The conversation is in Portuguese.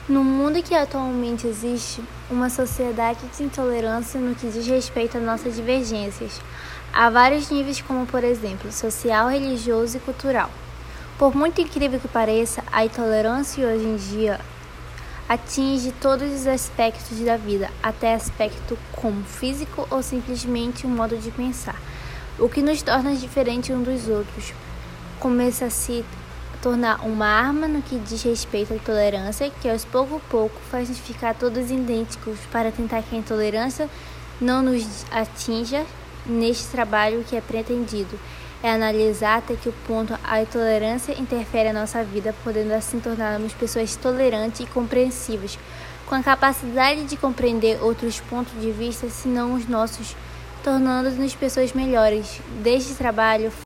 No mundo que atualmente existe, uma sociedade de intolerância no que diz respeito a nossas divergências. Há vários níveis, como por exemplo, social, religioso e cultural. Por muito incrível que pareça, a intolerância hoje em dia atinge todos os aspectos da vida, até aspecto como físico ou simplesmente um modo de pensar, o que nos torna diferentes uns dos outros. Começa a se tornar uma arma no que diz respeito à intolerância, que aos pouco a pouco faz ficar todos idênticos para tentar que a intolerância não nos atinja. Neste trabalho, o que é pretendido é analisar até que ponto a intolerância interfere na nossa vida, podendo assim tornarmos pessoas tolerantes e compreensivas, com a capacidade de compreender outros pontos de vista, senão os nossos, tornando-nos pessoas melhores. Deste trabalho